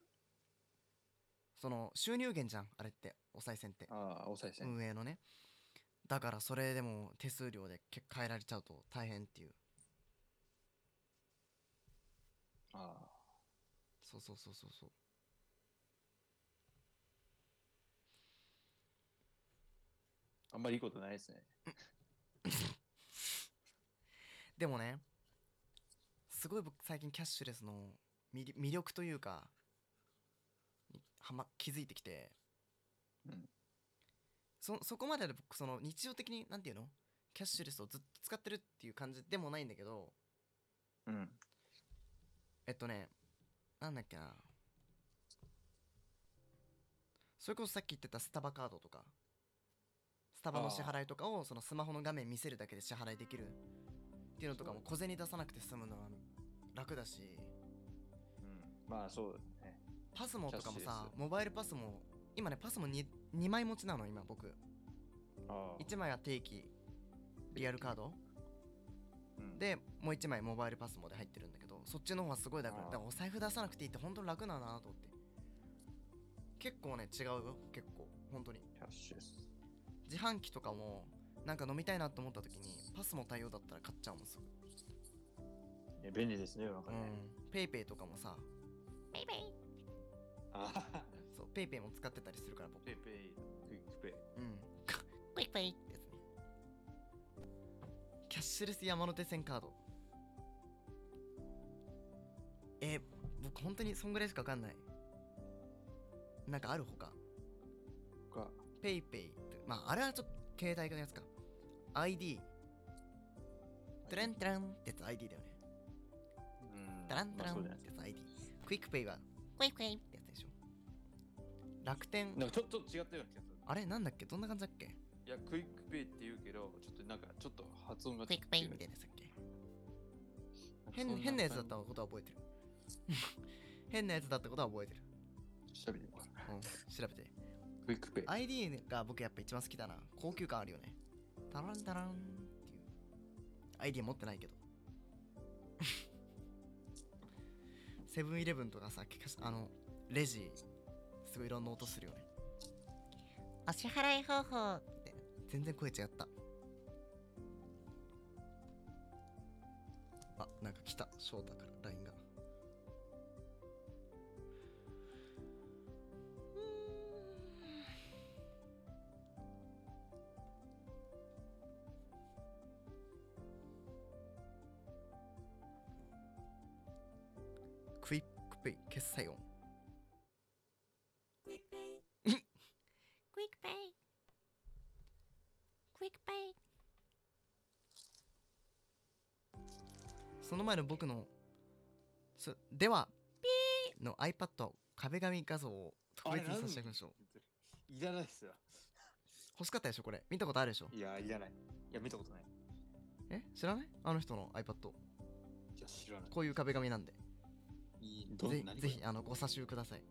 その収入源じゃんあれって、お賽銭って
ああ、お賽銭。
運営のね。だからそれでも手数料で結構変えられちゃうと大変っていう。
ああ。
そうそうそうそうそう。
あんまりいいことないですね。
でもね、すごい僕最近キャッシュレスの魅力魅力というかにはま気づいてきて、
うん。
そそこまでで僕その日常的になんていうのキャッシュレスをずっと使ってるっていう感じでもないんだけど、
うん。
えっとねなんだっけな、それこそさっき言ってたスタバカードとかスタバの支払いとかをそのスマホの画面見せるだけで支払いできるっていうのとかも小銭出さなくて済むのは楽だし、
うん。まあそうですね。
パスモとかも
キャッシュ
さ
レス
モバイルパスも今ねパスモ 2, 2枚持ちなの今僕。
ああ。
いちまいは定期リアルカード
うん、
でもういちまいモバイルパスモで入ってるんだけど、そっちの方がすごいだから、
あー
だからお財布出さなくていいって本当に楽だなと思って。結構ね違うよ、結構本当に。
キャッシュレス。
自販機とかもなんか飲みたいなと思った時にパスモ対応だったら買っちゃうもんすぐ。
いや便利ですね、なんかね。
うん、ペイペイとかもさ
ああ。
そうペイペイも使ってたりするから僕。
ペイペイ、クイックペイ。
うんクイックペイってやつね。キャッシュレス山手線カード、えー、僕本当にそんぐらいしかわかんない。なんかあるほか。
か。
ペイペイってまああれはちょっと携帯のやつか。 アイディー トゥラントゥランってやつ アイディー だよね。
うん。
トゥラントゥラン
まあ
ってやつ アイディー。クイックペイはクイックペイってやつでしょ。楽天
なんかちょっと違ったような気がする。
あれなんだっけ、どんな感じだっけ。
いや、クイックペイって言うけど、ちょっとなんか、ちょっと発音が
クイックペイみたいなやつだっけ。変変なやつだったことは覚えてる変なやつだったことは覚えてる。
調べてみようかな。
うん、調べて。
クイックペイ。
アイディー が僕やっぱ一番好きだな。高級感あるよね。タランタランっていう。アイディー 持ってないけど。セブンイレブンとかさ、あの、レジ、すごいいろんな音するよね。お支払い方法って。全然声違った。あ、なんか来た。翔太から ライン が。クイックペイ決済音。クイックペイクイックペイクイックペイ。その前の僕のそではピーの iPad 壁紙画像を特別に差し上げましょう。
いらないっすよ。
欲しかったでしょこれ。見たことあるでしょ。
いや、いらない。いや、見たことない。
え知らない？あの人の iPad
いや、知らない。
こういう壁紙なんで、
いいど
ぜ
何
ぜひあのご査集ください。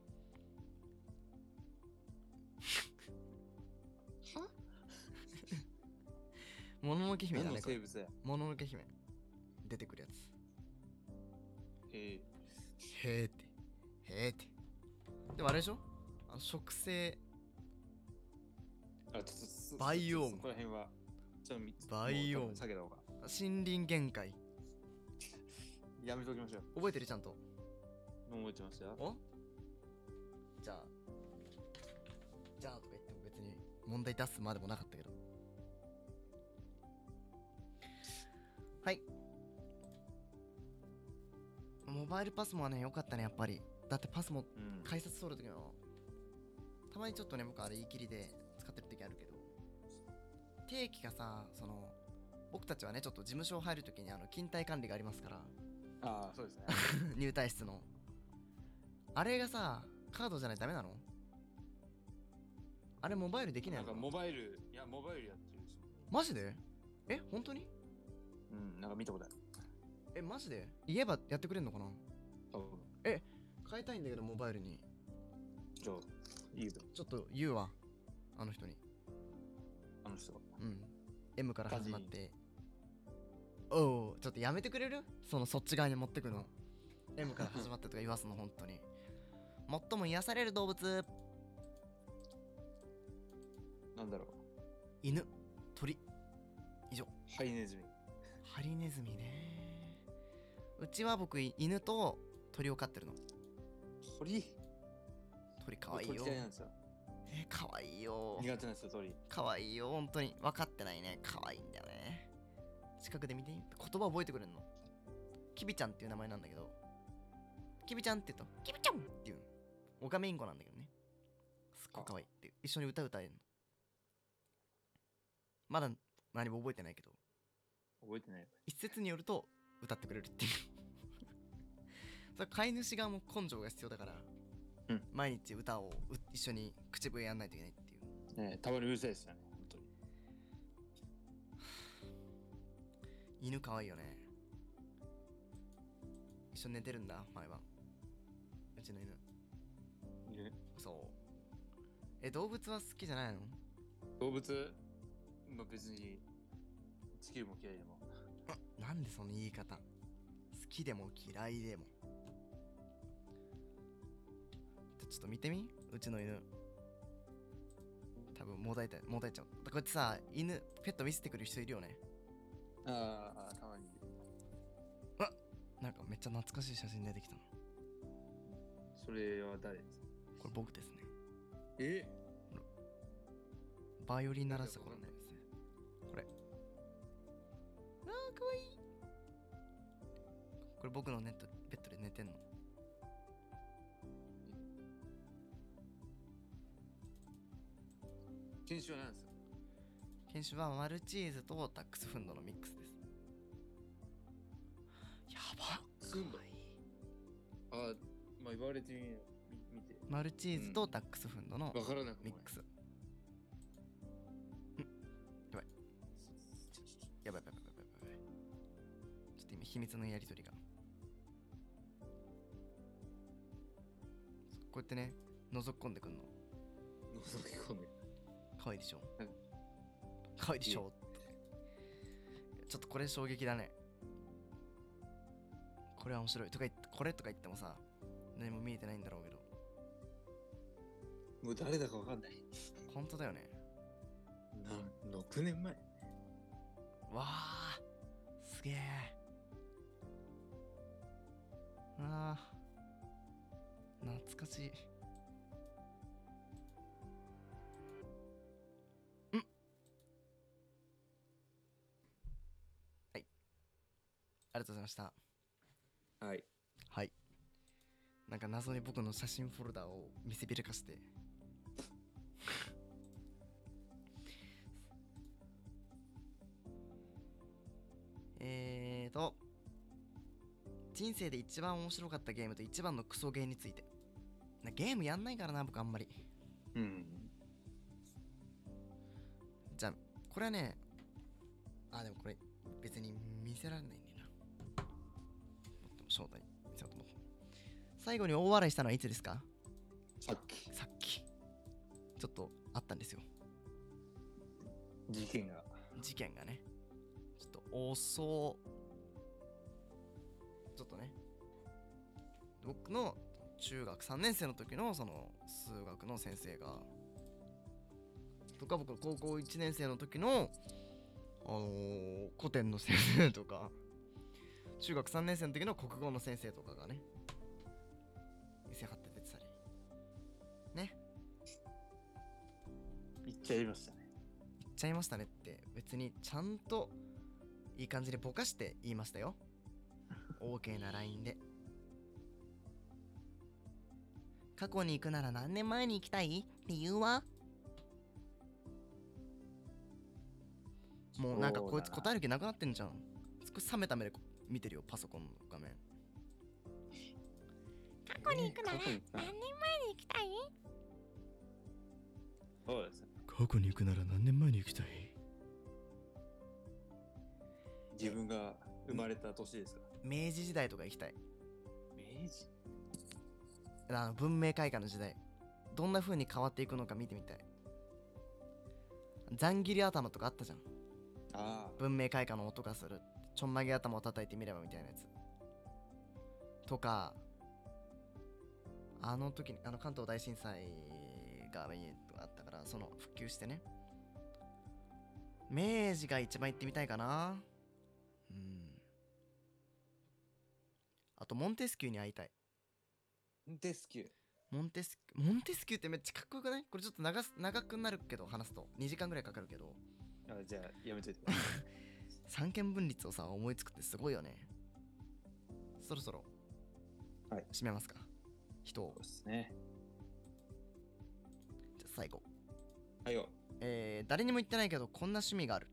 もののけ姫だ
何
ねこれ。
の生物だよ。
もののけ姫出てくるやつ。
へえ。
へーってへーって。でもあれでしょ、あの植生
あ、ちょっとそ、
バイオーム
そこら辺は、ちょっとみ
バイオーム
もう多分下げた方が。
森林限界
やめときましょう。
覚えてるちゃんと。
もう覚えてますよ。
おじゃあじゃあとか言っても別に問題出すまでもなかったけど。はい。モバイルパスモはね良かったねやっぱり。だってパスモ
うん。
改札通るときのたまにちょっとね僕あれ言い切りで使ってる時あるけど、定期がさ、その僕たちはねちょっと事務所入るときにあの勤怠管理がありますから
ああ、そうですね。
入退室のあれがさカードじゃないとダメなの？ あれモバイルできないのかな。
なんかモバイル、いや、モバイルやってるし。
マジで？え、本当に？
うん、なんか見たことある。
え、マジで言えばやってくれんのかな。
多分。
変えたいんだけどモバイルに。
じゃあ、いいよ。
ちょっと言うわ、あの人に。
あの人が。
うん。 M から始まっておう、ちょっとやめてくれる？そのそっち側に持ってくの。 M から始まってとか言わすの本当に。最も癒される動物。
なんだろう。
犬、鳥。以上。
ハリネズミ。
ハリネズミね。うちは僕犬と鳥を飼ってるの。
鳥
鳥かわいいよ。
鳥嫌いなんですよ。
えー、かわいいよ。
苦手なんですよ、鳥。
かわいいよ、本当に。分かってないね。かわいいんだよね。近くで見て。言葉覚えてくれんの。キビちゃんっていう名前なんだけど、キビちゃんって言うと、キビちゃんっていうの。オカメインコなんだけどね。すっごいかわいいって。一緒に歌歌えるの。まだ何も覚えてないけど、
覚えてないよ。
一説によると歌ってくれるっていう。それ飼い主側も根性が必要だから、
うん、
毎日歌を一緒に口笛やんないといけないっていう。
ねえ、たまにうるさいですよね、本当に。
犬かわいいよね。一緒に寝てるんだ、前は。うちの犬。
犬。
そう。え、動物は好きじゃないの？
動物、まあ、別に地球も嫌いでも。
なんでその言い方。好きでも嫌いでも。ちょっと見てみ、うちの犬。多分もだえたもだえちゃう。こうやってさ、犬ペット見せてくる人いるよね。
ああ、たまに。
なんかめっちゃ懐かしい写真出てきたの。
それは誰ですか？
これ僕ですね。
え
バイオリン鳴らした頃のやつね。これ。あーかわいい。これ僕のネットベッドで寝てんの。
犬種は何ですか？
犬種はマルチーズとダックスフンドのミックスです。やばっ。
スンド。ああ、まあ言われてみ見て。
マルチーズとダックスフンドの
わからなくもない
ミックス。やばい。やばいやばいやばいやばいやばい。ちょっと今秘密のやりとりが。こうやってね、覗き込んでくんの。
覗き込んで。
かわいいでしょ。
うん
かわいいでしょって。ちょっとこれ衝撃だね。これは面白いとか言って、これとか言ってもさ、何も見えてないんだろうけど。
もう誰だかわかんない。
本当だよね。
な、ろくねんまえ。
わあ、すげえ。ああ、懐かしい。ん、はい、ありがとうございました。
はい。
はい。なんか謎に僕の写真フォルダを見せびらかしてえーと人生で一番面白かったゲームと一番のクソゲーについて。なゲームやんないからな僕あんまり。
うん。
じゃあこれはね、あでもこれ別に見せられないんだよな。正体見せようと思って。最後に大笑いしたのはいつですか？
さっき。
さっきちょっとあったんですよ、
事件が。
事件がね。ちょっと遅ちょっとね、僕の中学さんねん生の時のその数学の先生がとか、僕の高校いちねん生の時のあのー、古典の先生とか、中学さんねん生の時の国語の先生とかがね、店張って出てたりね。
言っちゃいましたね。
言っちゃいましたねって別にちゃんといい感じでぼかして言いましたよ。OK なラインで。過去に行くなら何年前に行きたい？理由は？もうなんかこいつ答える気なくなってんじゃん。少し冷めた目で見てるよパソコンの画面。
過去に行くなら何年前に行きたい？
あ
そうですね。
過去に行くなら何年前に行きたい？
自分が生まれた年ですか？
明治時代とか行きたい。
明治
あの文明開化の時代、どんな風に変わっていくのか見てみたい。ざん切り頭とかあったじゃん。
ああ。
文明開化の音がする、ちょんまげ頭を叩いてみればみたいなやつとか、あの時にあの関東大震災があったから、その復旧してね、明治が一番行ってみたいかな。うん。あとモンテスキューに会いたい。
モンテスキュー。
モンテスモンテスキューってめっちゃかっこよくない？これちょっと長す長くなるけど、話すとにじかんぐらいかかるけど、
あ、じゃあやめといてください。
三権分立をさ思いつくってすごいよね。そろそろ
はい
締めますか、人を。
そうですね。
じゃあ最後、
はいよ。
えー、誰にも言ってないけどこんな趣味がある。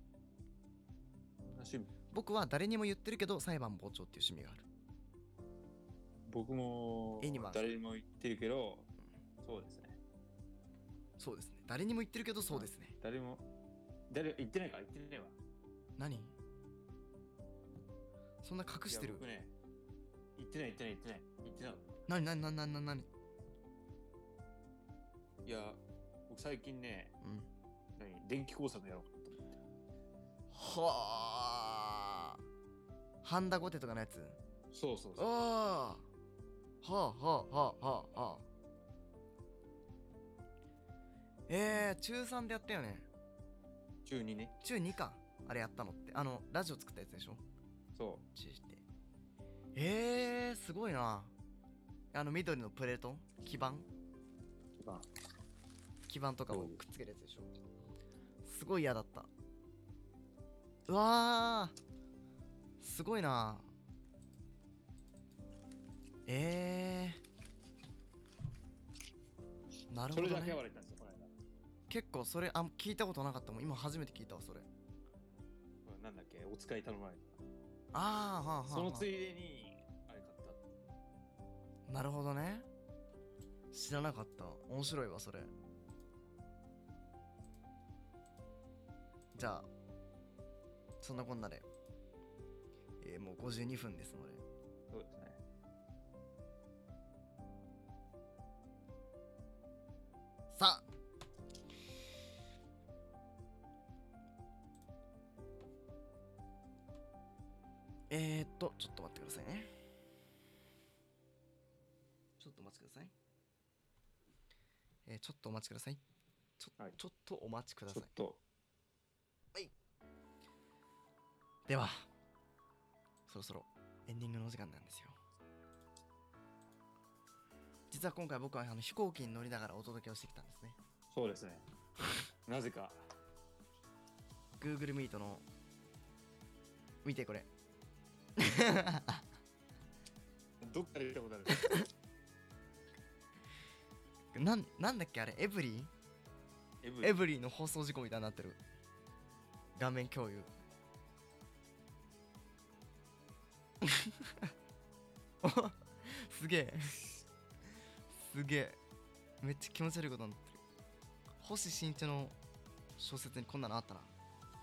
趣味。
僕は誰にも言ってるけど裁判傍聴っていう趣味がある。
僕も
絵には
誰にも言ってるけど、そうですね。
そうですね、誰にも言ってるけどそうですね。
誰も誰言ってないから言ってないわ。
何そんな隠してる？
いや僕ね、言ってない言ってない言ってない言ってない。
何何何何何何
いや、僕最近ね、
うん
何電気工作やろうかと思って。
はあ、ハンダゴテとかのやつ。
そうそうそう。
ああ、はあはあはあはあはあ。えー、中さんでやったよね。
中にね。
中にか、あれやったのって。あのラジオ作ったやつでしょ。
そう
中してえー、すごいな。あの緑のプレート基板
基板
基板とかをくっつけるやつでしょ。すごい嫌だった。うわー、すごいな。えー、なるほど、ね、
それだけはれたんですよ、この間。
結構それあん聞いたことなかったもん。今初めて聞いたわそれ。
うんなんだっけ、お使い頼まれた。
あーはあはあ、はあ、
そのついでにあれ買った。
なるほどね。知らなかった。面白いわそれ。じゃあそんなこんなで、えー、もうごじゅうにふんですので、
そうですね。
さあえー、っとちょっと待ってくださいね。ちょっとお待ちください。えー、ちょっとお待ちください。ちょ,、
はい
ちょっとお待ちください
ちょっ。と。
ではそろそろエンディングのお時間なんですよ。実は今回僕はあの飛行機に乗りながらお届けをしてきたんですね。
そうですね。なぜか。
Google Meet の見てこれ
どっかで見たことある。
なんなんだっけあれ、エブリー
エブ
エブリーの放送事故みたいになってる。画面共有おすげえすげえ、めっちゃ気持ち悪いことになってる。星新一の小説にこんなのあったな。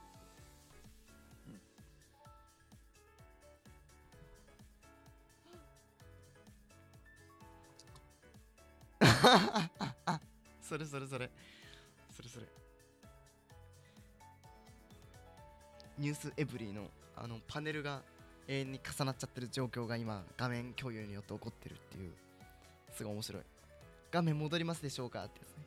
それそれそれそれそれニュースエブリーのあのパネルが永遠に重なっちゃってる状況が今画面共有によって起こってるっていう、すごい面白い。画面戻りますでしょうかってやつね。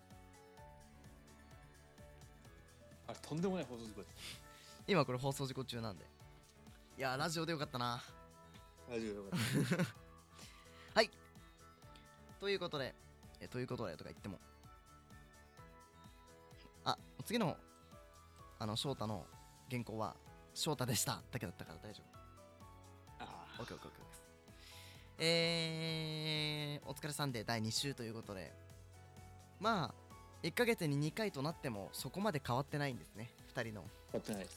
あれ、とんでもない放送事故です。
今これ放送事故中なんで、いやーラジオでよかったな。
ラジオよかった。
はい、ということでえということでとか言っても、あ次のあの翔太の原稿は翔太でしただけだったから大丈夫。
あ
オッケーオッケーオッケーです。えー、お疲れさんでだいに週ということで、まあいっかげつににかいとなってもそこまで変わってないんですね、ふたりの。
変わってないです。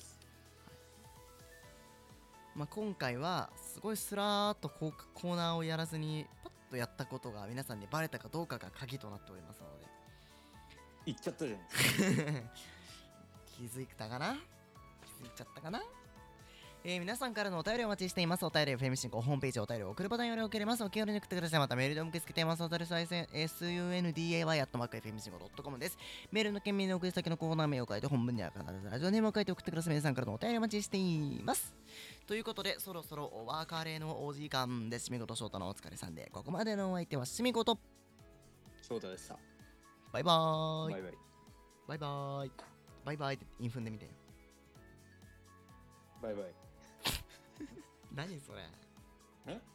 まあ、今回はすごいスラーっとコーコーナーをやらずにパッとやったことが皆さんにバレたかどうかが鍵となっておりますので、
言っちゃったじゃないですか。
気づいたかな気づいちゃったかな。えー、皆さんからのお便りをお待ちしています。お便りはフェミシンコホームページお便りを送るボタンより送れます。お気軽に送ってください。またメールでも受け付けています。アドレスは エスユーエヌディーエーワイ アットマークエフエムシンコ ドットコム です。メールの件名の送り先のコーナー名を書いて本文には必ずラジオネームを書いて送ってください。皆さんからのお便りお待ちしています。ということでそろそろお別れのお時間です。しみこと翔太のお疲れさんで、ここまでのお相手はしみこと
翔太でした。
バイバーイ
バイバイ。
バイバーイバイバイってインフンで見て。
バイバイ。
何それ。
え